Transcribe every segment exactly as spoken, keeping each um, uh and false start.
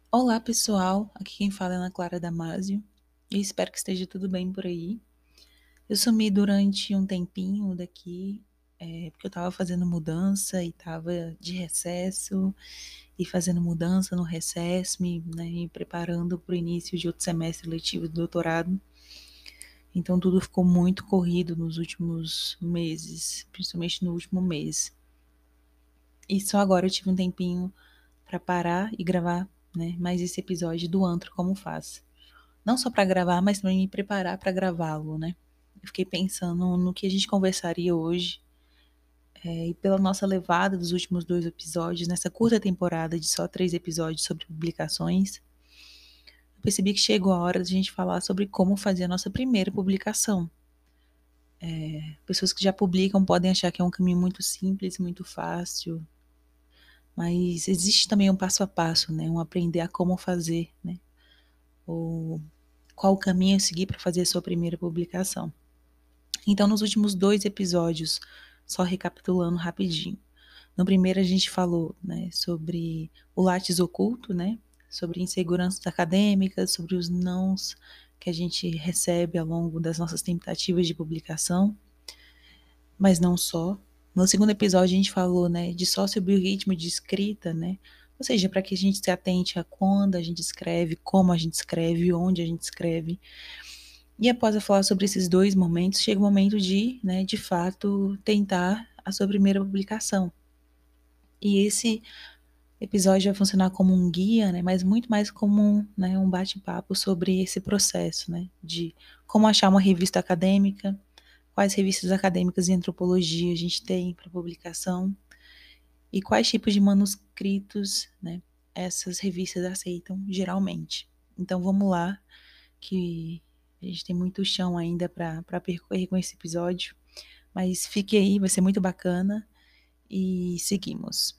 Olá, pessoal. Aqui quem fala é Ana Clara Damasio. Eu espero que esteja tudo bem por aí. Eu sumi durante um tempinho daqui, é, porque eu estava fazendo mudança e estava de recesso e fazendo mudança no recesso, me, né, me preparando para o início de outro semestre letivo do doutorado. Então tudo ficou muito corrido nos últimos meses, principalmente no último mês. E só agora eu tive um tempinho para parar e gravar, né, mais esse episódio do Antro Como Faz. Não só para gravar, mas também me preparar para gravá-lo, né? Eu fiquei pensando no que a gente conversaria hoje, é, e pela nossa levada dos últimos dois episódios, nessa curta temporada de só três episódios sobre publicações, eu percebi que chegou a hora de a gente falar sobre como fazer a nossa primeira publicação. É, pessoas que já publicam podem achar que é um caminho muito simples, muito fácil, mas existe também um passo a passo, né? Um aprender a como fazer, né? Ou qual o caminho a seguir para fazer a sua primeira publicação. Então, nos últimos dois episódios, só recapitulando rapidinho. No primeiro, a gente falou, né, sobre o látis oculto, né, sobre inseguranças acadêmicas, sobre os nãos que a gente recebe ao longo das nossas tentativas de publicação, mas não só. No segundo episódio, a gente falou, né, de só sobre o ritmo de escrita, né, ou seja, para que a gente se atente a quando a gente escreve, como a gente escreve, onde a gente escreve. E após eu falar sobre esses dois momentos, chega o momento de, né, de fato, tentar a sua primeira publicação. E esse episódio vai funcionar como um guia, né, mas muito mais como um, né, um bate-papo sobre esse processo, né, de como achar uma revista acadêmica, quais revistas acadêmicas de antropologia a gente tem para publicação e quais tipos de manuscritos, né, essas revistas aceitam geralmente. Então vamos lá, que a gente tem muito chão ainda para percorrer com esse episódio, mas fique aí, vai ser muito bacana e seguimos.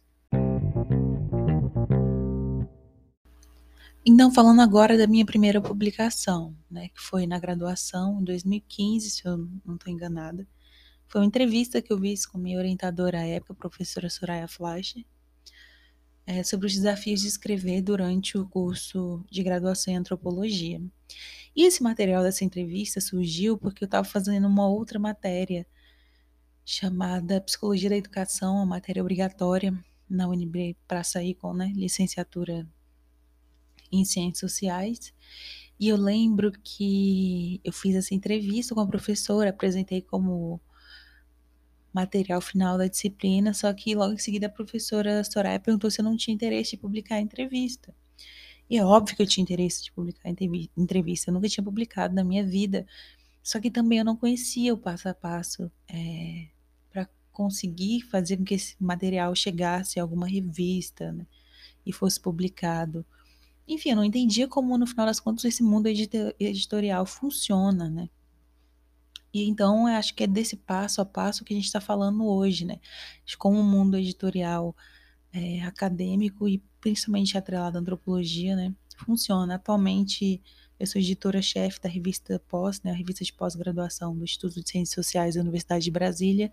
Então, falando agora da minha primeira publicação, né, que foi na graduação, em dois mil e quinze, se eu não estou enganada. Foi uma entrevista que eu fiz com minha orientadora à época, a professora Soraya Fleischer, é, sobre os desafios de escrever durante o curso de graduação em antropologia. E esse material dessa entrevista surgiu porque eu estava fazendo uma outra matéria chamada Psicologia da Educação, uma matéria obrigatória na U N B para sair com, né, licenciatura em Ciências Sociais. E eu lembro que eu fiz essa entrevista com a professora, apresentei como material final da disciplina, só que logo em seguida a professora Soraya perguntou se eu não tinha interesse de publicar a entrevista. E é óbvio que eu tinha interesse de publicar a entrevista, eu nunca tinha publicado na minha vida, só que também eu não conhecia o passo a passo é, para conseguir fazer com que esse material chegasse a alguma revista, né, e fosse publicado. Enfim, eu não entendia como, no final das contas, esse mundo editorial funciona, né? E então, eu acho que é desse passo a passo que a gente está falando hoje, né? De como o mundo editorial é, acadêmico e principalmente atrelado à antropologia, né, funciona. Atualmente, eu sou editora-chefe da revista Pós, né, a revista de pós-graduação do Instituto de Ciências Sociais da Universidade de Brasília.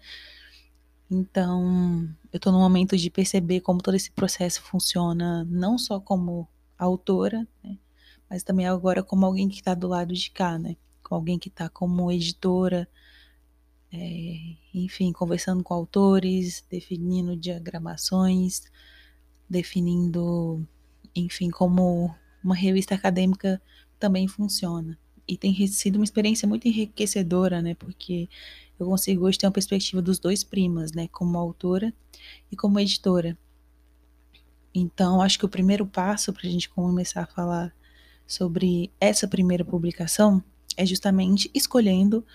Então, eu estou no momento de perceber como todo esse processo funciona, não só como autora, né, mas também agora como alguém que está do lado de cá, né, com alguém que está como editora, é, enfim, conversando com autores, definindo diagramações, definindo, enfim, como uma revista acadêmica também funciona. E tem sido uma experiência muito enriquecedora, né? Porque eu consigo hoje ter uma perspectiva dos dois primas, né? Como autora e como editora. Então, acho que o primeiro passo para a gente começar a falar sobre essa primeira publicação é justamente escolhendo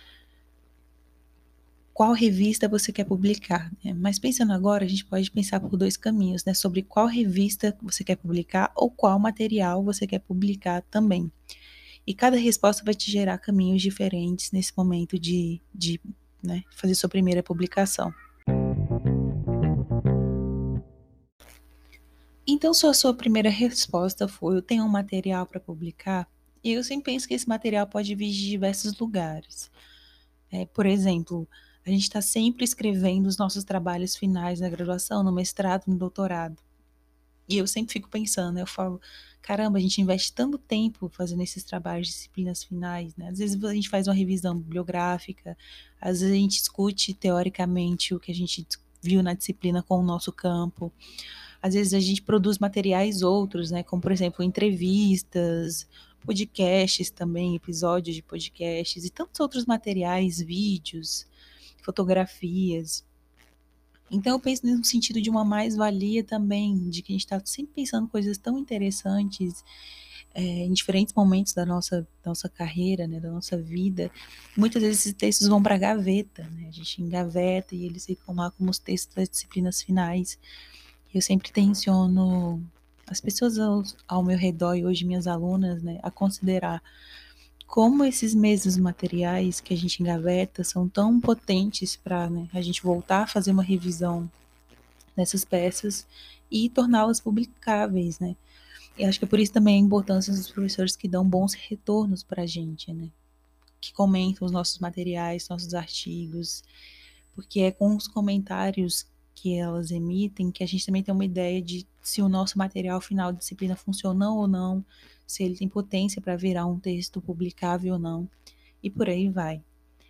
qual revista você quer publicar, né? Mas pensando agora, a gente pode pensar por dois caminhos, né? Sobre qual revista você quer publicar ou qual material você quer publicar também. E cada resposta vai te gerar caminhos diferentes nesse momento de, de né, fazer sua primeira publicação. Então, se a sua primeira resposta foi: eu tenho um material para publicar, eu sempre penso que esse material pode vir de diversos lugares. É, por exemplo, a gente está sempre escrevendo os nossos trabalhos finais na graduação, no mestrado, no doutorado. E eu sempre fico pensando, eu falo, caramba, a gente investe tanto tempo fazendo esses trabalhos de disciplinas finais, né? Às vezes a gente faz uma revisão bibliográfica, às vezes a gente discute teoricamente o que a gente viu na disciplina com o nosso campo. Às vezes a gente produz materiais outros, né? Como, por exemplo, entrevistas, podcasts também, episódios de podcasts e tantos outros materiais, vídeos, fotografias. Então eu penso no sentido de uma mais-valia também, de que a gente está sempre pensando coisas tão interessantes é, em diferentes momentos da nossa, da nossa carreira, né, da nossa vida. Muitas vezes esses textos vão para a gaveta, né? A gente engaveta e eles ficam lá como os textos das disciplinas finais. Eu sempre tenciono as pessoas ao, ao meu redor e hoje minhas alunas, né, a considerar como esses mesmos materiais que a gente engaveta são tão potentes para, né, a gente voltar a fazer uma revisão dessas peças e torná-las publicáveis, né? E acho que é por isso também a importância dos professores que dão bons retornos para a gente, né? Que comentam os nossos materiais, nossos artigos, porque é com os comentários que elas emitem que a gente também tem uma ideia de se o nosso material final de disciplina funciona ou não, se ele tem potência para virar um texto publicável ou não, e por aí vai.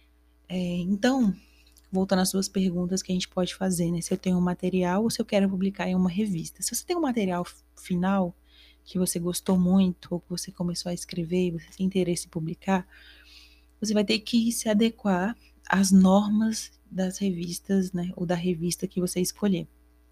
É, então, voltando às suas perguntas que a gente pode fazer, né? Se eu tenho um material ou se eu quero publicar em uma revista. Se você tem um material final que você gostou muito ou que você começou a escrever e você tem interesse em publicar, você vai ter que se adequar às normas das revistas, né? Ou da revista que você escolher.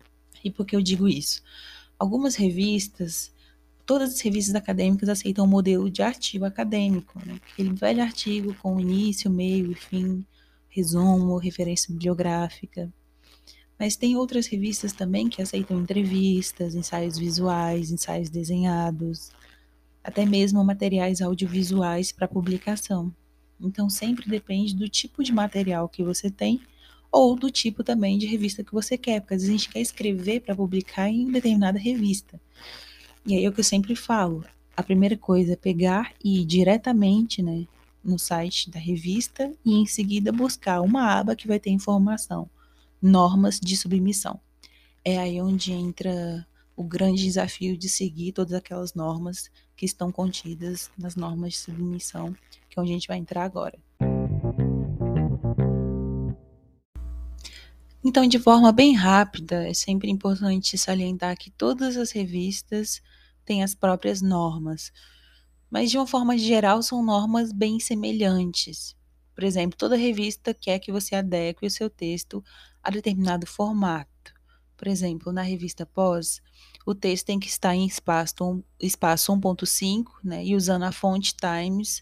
E por que eu digo isso? Algumas revistas, todas as revistas acadêmicas aceitam o modelo de artigo acadêmico, né? Aquele velho artigo com início, meio e fim, resumo, referência bibliográfica. Mas tem outras revistas também que aceitam entrevistas, ensaios visuais, ensaios desenhados, até mesmo materiais audiovisuais para publicação. Então sempre depende do tipo de material que você tem ou do tipo também de revista que você quer, porque às vezes a gente quer escrever para publicar em determinada revista. E aí é o que eu sempre falo, a primeira coisa é pegar e ir diretamente, né, no site da revista e em seguida buscar uma aba que vai ter informação, normas de submissão. É aí onde entra o grande desafio de seguir todas aquelas normas que estão contidas nas normas de submissão, que é onde a gente vai entrar agora. Então, de forma bem rápida, é sempre importante salientar que todas as revistas têm as próprias normas, mas de uma forma geral são normas bem semelhantes. Por exemplo, toda revista quer que você adeque o seu texto a determinado formato. Por exemplo, na revista Pós, o texto tem que estar em espaço, espaço um ponto cinco, né, e usando a fonte Times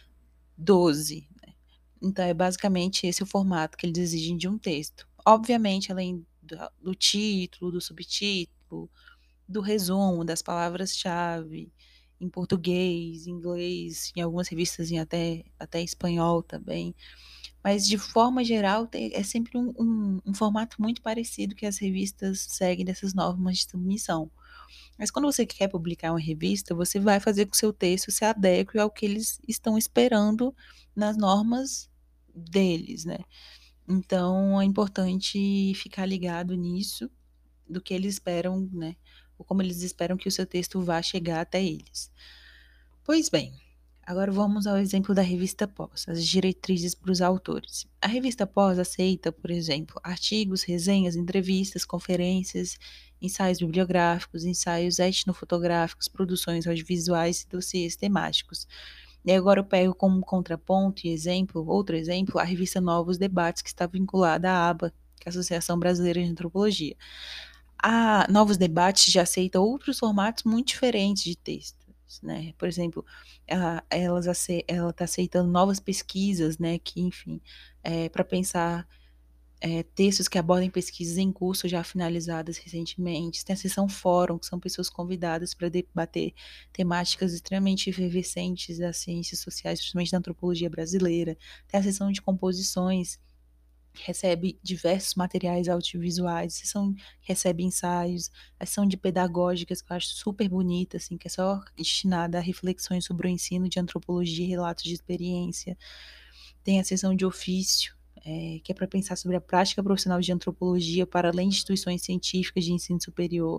doze. Né? Então, é basicamente esse o formato que eles exigem de um texto. Obviamente, além do, do título, do subtítulo, do resumo, das palavras-chave, em português, inglês, em algumas revistas em até, até espanhol também. Mas, de forma geral, tem, é sempre um, um, um formato muito parecido que as revistas seguem dessas normas de submissão. Mas quando você quer publicar uma revista, você vai fazer com que o seu texto se adeque ao que eles estão esperando nas normas deles, né? Então, é importante ficar ligado nisso, do que eles esperam, né? Ou como eles esperam que o seu texto vá chegar até eles. Pois bem, agora vamos ao exemplo da revista Pós, as diretrizes para os autores. A revista Pós aceita, por exemplo, artigos, resenhas, entrevistas, conferências, ensaios bibliográficos, ensaios etnofotográficos, produções audiovisuais e dossiês temáticos. E agora eu pego como contraponto e exemplo, outro exemplo, a revista Novos Debates, que está vinculada à ABA, que é a Associação Brasileira de Antropologia. A Novos Debates já aceita outros formatos muito diferentes de textos, né? Por exemplo, ela elas ela está aceitando novas pesquisas, né? Que, enfim, é, para pensar é, textos que abordem pesquisas em curso já finalizadas recentemente. Tem a seção fórum, que são pessoas convidadas para debater temáticas extremamente efervescentes das ciências sociais, principalmente da antropologia brasileira. Tem a seção de composições, recebe diversos materiais audiovisuais, a seção recebe ensaios, a seção de pedagógicas que eu acho super bonita, assim, que é só destinada a reflexões sobre o ensino de antropologia e relatos de experiência. Tem a seção de ofício, é, que é para pensar sobre a prática profissional de antropologia para além de instituições científicas de ensino superior.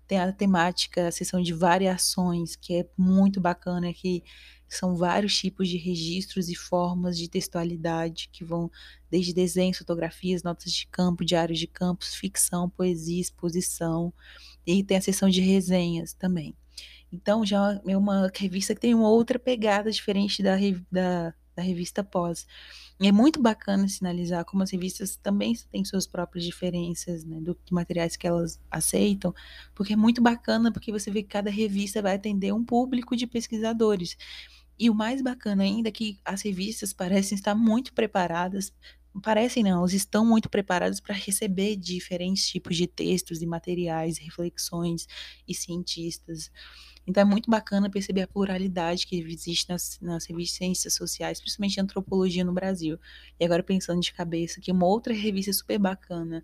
Tem a temática, a seção de variações, que é muito bacana, que são vários tipos de registros e formas de textualidade, que vão desde desenhos, fotografias, notas de campo, diários de campos, ficção, poesia, exposição, e tem a seção de resenhas também. Então, já é uma revista que tem uma outra pegada diferente da, da, da revista Pós. E é muito bacana sinalizar como as revistas também têm suas próprias diferenças, né, do materiais que elas aceitam, porque é muito bacana, porque você vê que cada revista vai atender um público de pesquisadores. E o mais bacana ainda é que as revistas parecem estar muito preparadas, parecem não, elas estão muito preparadas para receber diferentes tipos de textos e materiais, reflexões e cientistas. Então é muito bacana perceber a pluralidade que existe nas, nas revistas de ciências sociais, principalmente antropologia no Brasil. E agora pensando de cabeça que uma outra revista super bacana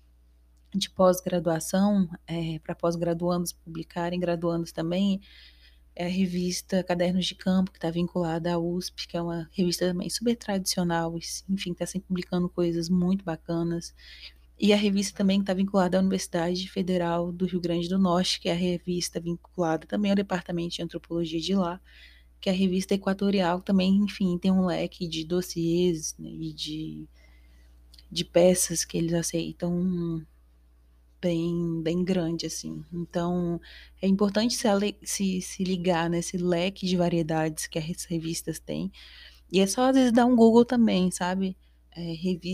de pós-graduação, é, para pós-graduandos publicarem, graduandos também, é a revista Cadernos de Campo, que está vinculada à U S P, que é uma revista também super tradicional, enfim, está sempre publicando coisas muito bacanas. E a revista também está vinculada à Universidade Federal do Rio Grande do Norte, que é a revista vinculada também ao Departamento de Antropologia de lá, que é a revista Equatorial, também, enfim, tem um leque de dossiês, né, e de, de peças que eles aceitam bem, bem grande, assim. Então, é importante se, se, se ligar nesse leque de variedades que as revistas têm. E é só, às vezes, dar um Google também, sabe? É,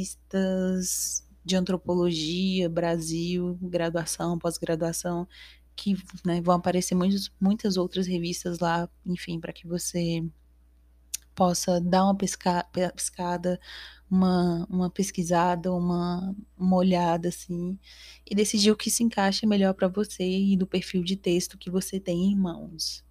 revistas de antropologia, Brasil, graduação, pós-graduação, que, né, vão aparecer muitos, muitas outras revistas lá, enfim, para que você possa dar uma pesca, pescada, uma, uma pesquisada, uma, uma olhada assim, e decidir o que se encaixa melhor para você e do perfil de texto que você tem em mãos.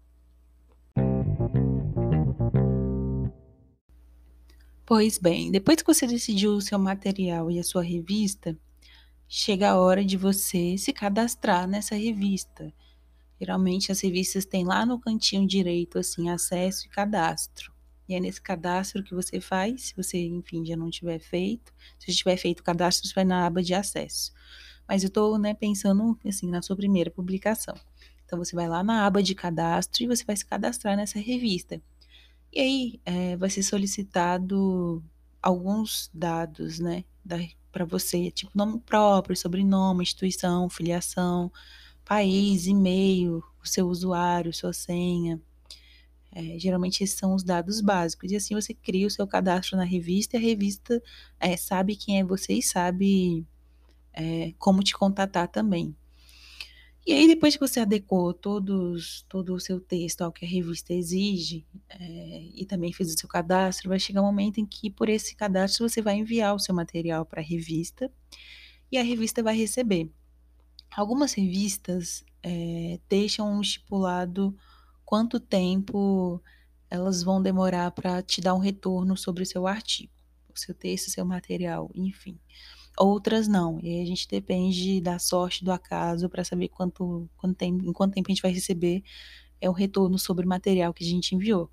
Pois bem, depois que você decidiu o seu material e a sua revista, chega a hora de você se cadastrar nessa revista. Geralmente as revistas têm lá no cantinho direito, assim, acesso e cadastro. E é nesse cadastro que você faz, se você, enfim, já não tiver feito. Se já tiver feito o cadastro, você vai na aba de acesso. Mas eu estou, né, pensando, assim, na sua primeira publicação. Então, você vai lá na aba de cadastro e você vai se cadastrar nessa revista. E aí, é, vai ser solicitado alguns dados, né, para você, tipo nome próprio, sobrenome, instituição, filiação, país, e-mail, o seu usuário, sua senha. É, geralmente esses são os dados básicos. E assim você cria o seu cadastro na revista e a revista é, sabe quem é você e sabe é, como te contatar também. E aí, depois que você adequou todos, todo o seu texto ao que a revista exige, é, e também fez o seu cadastro, vai chegar um momento em que, por esse cadastro, você vai enviar o seu material para a revista e a revista vai receber. Algumas revistas é, deixam estipulado quanto tempo elas vão demorar para te dar um retorno sobre o seu artigo, o seu texto, o seu material, enfim. Outras não, e aí a gente depende da sorte, do acaso, para saber quanto, quanto tempo, em quanto tempo a gente vai receber é, o retorno sobre o material que a gente enviou.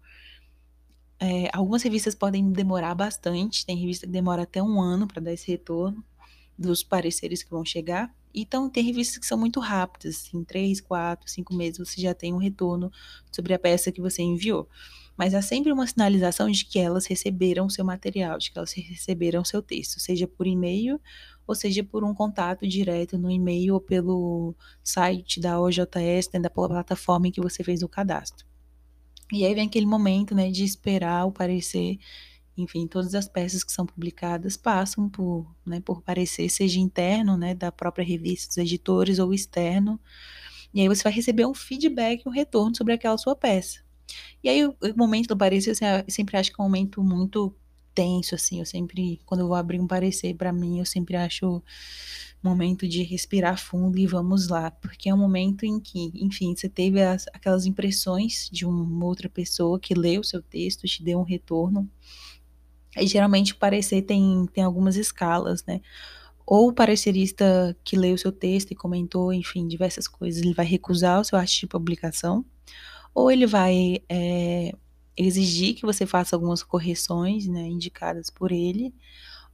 É, algumas revistas podem demorar bastante, tem revista que demora até um ano para dar esse retorno dos pareceres que vão chegar. Então, tem revistas que são muito rápidas, em três, quatro, cinco meses você já tem um retorno sobre a peça que você enviou. Mas há sempre uma sinalização de que elas receberam o seu material, de que elas receberam o seu texto, seja por e-mail ou seja por um contato direto no e-mail ou pelo site da O J S, né, da plataforma em que você fez o cadastro. E aí vem aquele momento, né, de esperar o parecer. Enfim, todas as peças que são publicadas passam por, né, por parecer, seja interno, né, da própria revista, dos editores, ou externo. E aí você vai receber um feedback, um retorno sobre aquela sua peça. E aí o, o momento do parecer, eu sempre acho que é um momento muito tenso, assim. Eu sempre, quando eu vou abrir um parecer para mim, eu sempre acho um momento de respirar fundo e vamos lá, porque é um momento em que, enfim, você teve as, aquelas impressões de uma outra pessoa que leu o seu texto, te deu um retorno. E geralmente o parecer tem, tem algumas escalas, né? Ou o parecerista que leu o seu texto e comentou, enfim, diversas coisas, ele vai recusar o seu artigo de publicação, ou ele vai é, exigir que você faça algumas correções, né, indicadas por ele,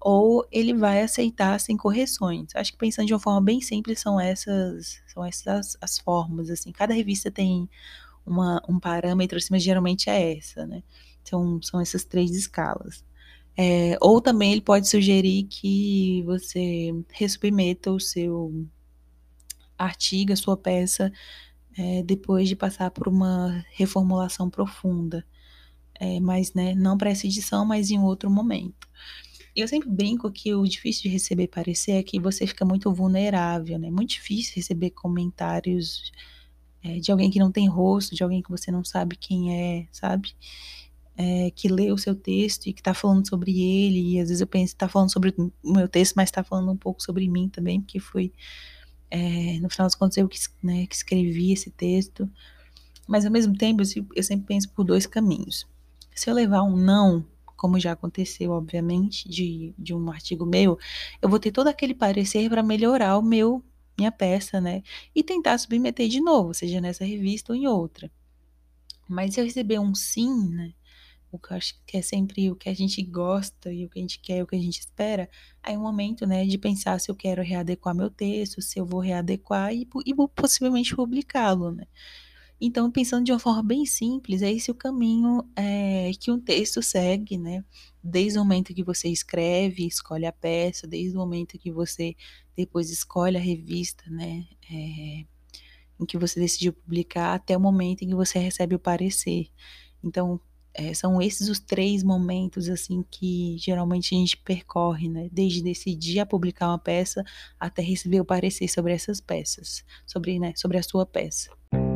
ou ele vai aceitar sem correções. Acho que pensando de uma forma bem simples, são essas, são essas as formas, assim. Cada revista tem uma, um parâmetro, assim, mas geralmente é essa, né? Então, são essas três escalas. É, ou também ele pode sugerir que você resubmeta o seu artigo, a sua peça, é, depois de passar por uma reformulação profunda. É, mas, né, não para essa edição, mas em outro momento. Eu sempre brinco que o difícil de receber parecer é que você fica muito vulnerável, né? Muito difícil receber comentários é, de alguém que não tem rosto, de alguém que você não sabe quem é, sabe? É, que lê o seu texto e que tá falando sobre ele, e às vezes eu penso que tá falando sobre o meu texto, mas tá falando um pouco sobre mim também, porque foi, é, no final das contas, eu que, né, que escrevi esse texto. Mas ao mesmo tempo, eu, eu sempre penso por dois caminhos. Se eu levar um não, como já aconteceu, obviamente, de, de um artigo meu, eu vou ter todo aquele parecer para melhorar o meu, minha peça, né? E tentar submeter de novo, seja nessa revista ou em outra. Mas se eu receber um sim, né? O que eu acho que é sempre o que a gente gosta e o que a gente quer, o que a gente espera, aí é um momento, né, de pensar se eu quero readequar meu texto, se eu vou readequar e, e vou possivelmente publicá-lo, né? Então, pensando de uma forma bem simples, é esse o caminho é, que um texto segue, né? Desde o momento que você escreve, escolhe a peça, desde o momento que você depois escolhe a revista, né? É, em que você decidiu publicar, até o momento em que você recebe o parecer. Então, é, são esses os três momentos, assim, que geralmente a gente percorre, né? Desde decidir a publicar uma peça até receber o parecer sobre essas peças, sobre, né, sobre a sua peça.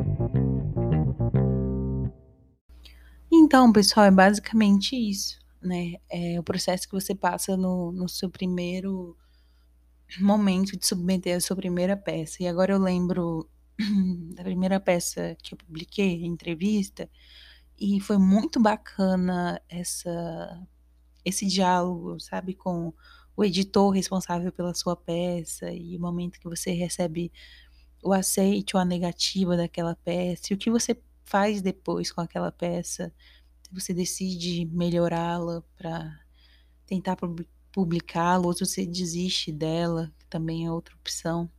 Então, pessoal, é basicamente isso, né? É o processo que você passa no, no seu primeiro momento de submeter a sua primeira peça. E agora eu lembro da primeira peça que eu publiquei, a entrevista, e foi muito bacana essa, esse diálogo, sabe, com o editor responsável pela sua peça e o momento que você recebe o aceite ou a negativa daquela peça e o que você faz depois com aquela peça. Você decide melhorá-la para tentar publicá-la, ou você desiste dela, que também é outra opção.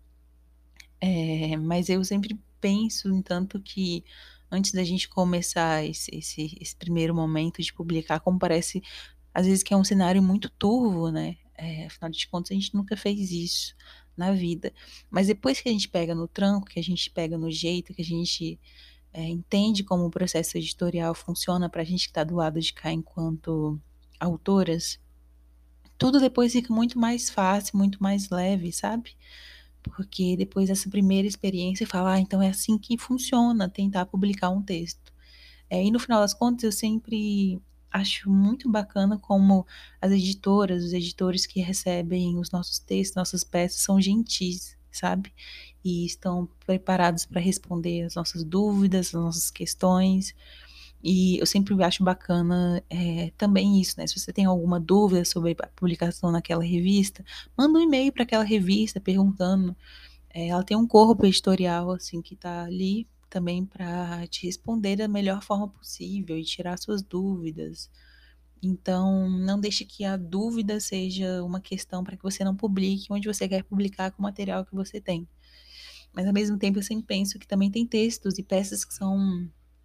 É, mas eu sempre penso, entanto, que antes da gente começar esse, esse, esse primeiro momento de publicar, como parece, às vezes que é um cenário muito turvo, né? É, afinal de contas, a gente nunca fez isso na vida. Mas depois que a gente pega no tranco, que a gente pega no jeito, que a gente é, entende como o processo editorial funciona para a gente que está do lado de cá enquanto autoras, tudo depois fica muito mais fácil, muito mais leve, sabe? Porque depois dessa primeira experiência, fala, ah, então é assim que funciona tentar publicar um texto. É, e no final das contas, eu sempre acho muito bacana como as editoras, os editores que recebem os nossos textos, nossas peças, são gentis, sabe? E estão preparados para responder as nossas dúvidas, as nossas questões. E eu sempre acho bacana é, também isso, né? Se você tem alguma dúvida sobre a publicação naquela revista, manda um e-mail para aquela revista perguntando. É, ela tem um corpo editorial, assim, que está ali também para te responder da melhor forma possível e tirar suas dúvidas. Então, não deixe que a dúvida seja uma questão para que você não publique onde você quer publicar com o material que você tem. Mas, ao mesmo tempo, eu sempre penso que também tem textos e peças que são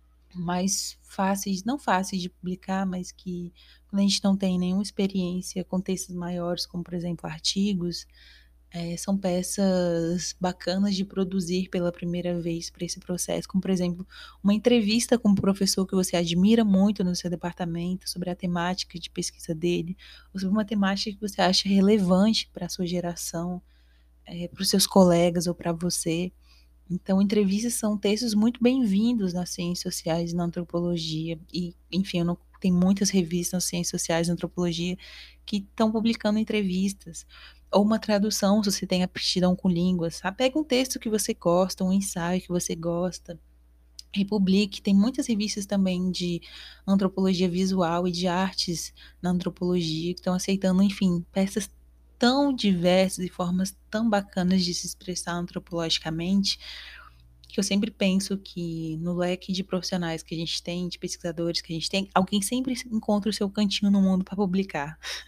mais fáceis, não fáceis de publicar, mas que quando a gente não tem nenhuma experiência com textos maiores, como por exemplo artigos, é, são peças bacanas de produzir pela primeira vez para esse processo, como por exemplo uma entrevista com um professor que você admira muito no seu departamento sobre a temática de pesquisa dele, ou sobre uma temática que você acha relevante para a sua geração, é, para os seus colegas ou para você. Então, entrevistas são textos muito bem-vindos nas ciências sociais e na antropologia. E, enfim, eu não, tem muitas revistas nas ciências sociais e antropologia que estão publicando entrevistas. Ou uma tradução, se você tem aptidão com línguas. Sabe? Pega um texto que você gosta, um ensaio que você gosta, republique. Tem muitas revistas também de antropologia visual e de artes na antropologia que estão aceitando, enfim, peças tão diversas e formas tão bacanas de se expressar antropologicamente, que eu sempre penso que no leque de profissionais que a gente tem, de pesquisadores que a gente tem, alguém sempre encontra o seu cantinho no mundo para publicar.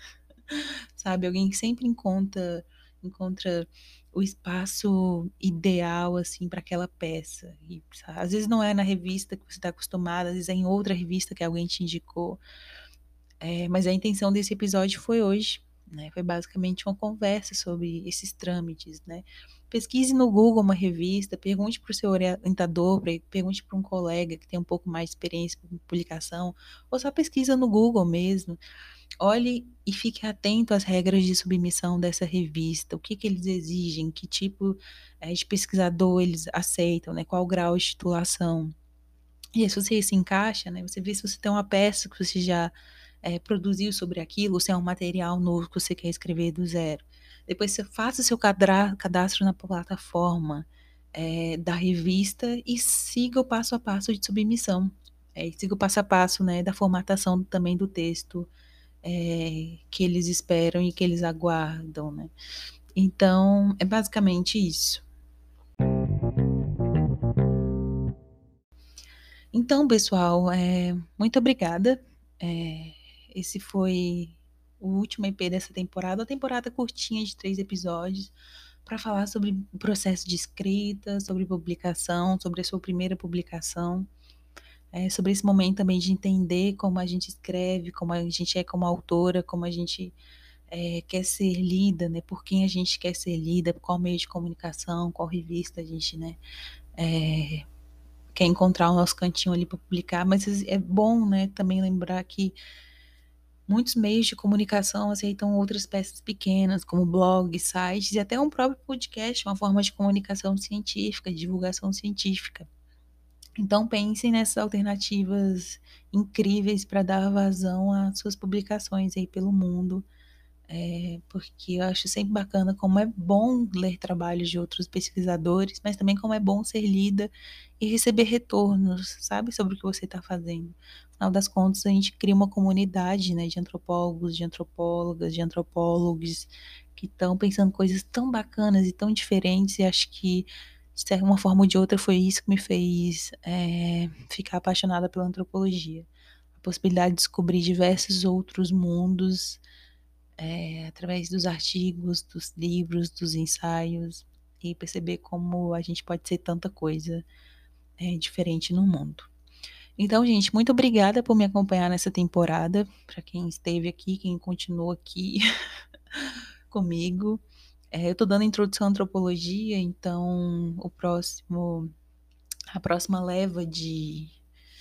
sabe? Alguém que sempre encontra, encontra o espaço ideal, assim, para aquela peça. E, sabe, às vezes não é na revista que você está acostumada, às vezes é em outra revista que alguém te indicou. É, mas a intenção desse episódio foi hoje, né? Foi basicamente uma conversa sobre esses trâmites, né? Pesquise no Google uma revista, pergunte para o seu orientador, pergunte para um colega que tem um pouco mais de experiência com publicação, ou só pesquisa no Google mesmo. Olhe e fique atento às regras de submissão dessa revista, o que que eles exigem, que tipo eh, de pesquisador eles aceitam, né? Qual o grau de titulação. E aí, se você se encaixa, né? Você vê se você tem uma peça que você já eh, produziu sobre aquilo, se é um material novo que você quer escrever do zero. Depois você faça o seu cadra- cadastro na plataforma eh, da revista e siga o passo a passo de submissão. Eh, siga o passo a passo, né, da formatação também do texto eh, que eles esperam e que eles aguardam, né? Então, é basicamente isso. Então, pessoal, é, muito obrigada. É, esse foi o último E P dessa temporada, uma temporada curtinha de três episódios, para falar sobre o processo de escrita, sobre publicação, sobre a sua primeira publicação, é, sobre esse momento também de entender como a gente escreve, como a gente é como autora, como a gente é, quer ser lida, né? Por quem a gente quer ser lida, qual meio de comunicação, qual revista a gente, né? É, quer encontrar o nosso cantinho ali para publicar, mas é bom, né, também lembrar que muitos meios de comunicação aceitam outras peças pequenas, como blogs, sites e até um próprio podcast, uma forma de comunicação científica, de divulgação científica. Então pensem nessas alternativas incríveis para dar vazão às suas publicações aí pelo mundo. É, porque eu acho sempre bacana como é bom ler trabalhos de outros pesquisadores, mas também como é bom ser lida e receber retornos, sabe, sobre o que você está fazendo. Afinal das contas, a gente cria uma comunidade, né, de antropólogos, de antropólogas, de antropólogos que estão pensando coisas tão bacanas e tão diferentes, e acho que, de uma forma ou de outra, foi isso que me fez é, ficar apaixonada pela antropologia. A possibilidade de descobrir diversos outros mundos é, através dos artigos, dos livros, dos ensaios, e perceber como a gente pode ser tanta coisa é, diferente no mundo. Então, gente, muito obrigada por me acompanhar nessa temporada, para quem esteve aqui, quem continuou aqui comigo. É, eu estou dando introdução à antropologia, então o próximo, a próxima leva de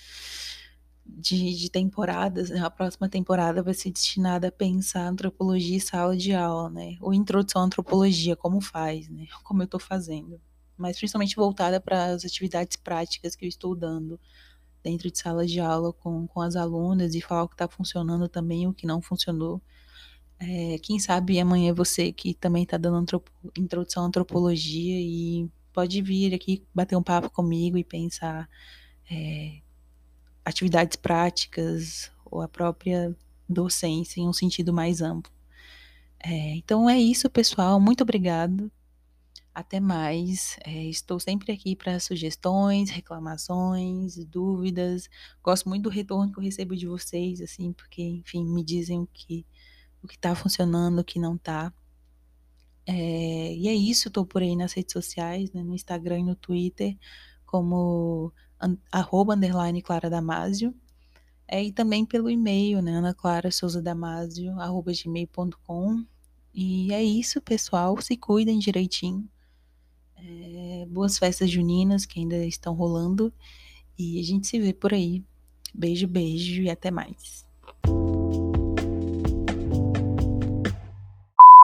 de, de temporadas, né? A próxima temporada vai ser destinada a pensar antropologia em sala de aula, né? Ou introdução à antropologia, como faz, né? Como eu estou fazendo. Mas principalmente voltada para as atividades práticas que eu estou dando dentro de sala de aula com, com as alunas e falar o que está funcionando também, o que não funcionou. É, quem sabe amanhã é você que também está dando antropo, introdução à antropologia e pode vir aqui bater um papo comigo e pensar é, atividades práticas ou a própria docência em um sentido mais amplo. É, então é isso, pessoal. Muito obrigado. Até mais. É, estou sempre aqui para sugestões, reclamações, dúvidas. Gosto muito do retorno que eu recebo de vocês, assim, porque, enfim, me dizem o que o que está funcionando, o que não está. É, e é isso. Estou por aí nas redes sociais, né, no Instagram e no Twitter, como an, arroba underline Clara Damasio. É, e também pelo e-mail, né, ana clara souza damasio arroba gmail ponto com. E é isso, pessoal. Se cuidem direitinho. É, boas festas juninas que ainda estão rolando. E a gente se vê por aí. Beijo, beijo e até mais.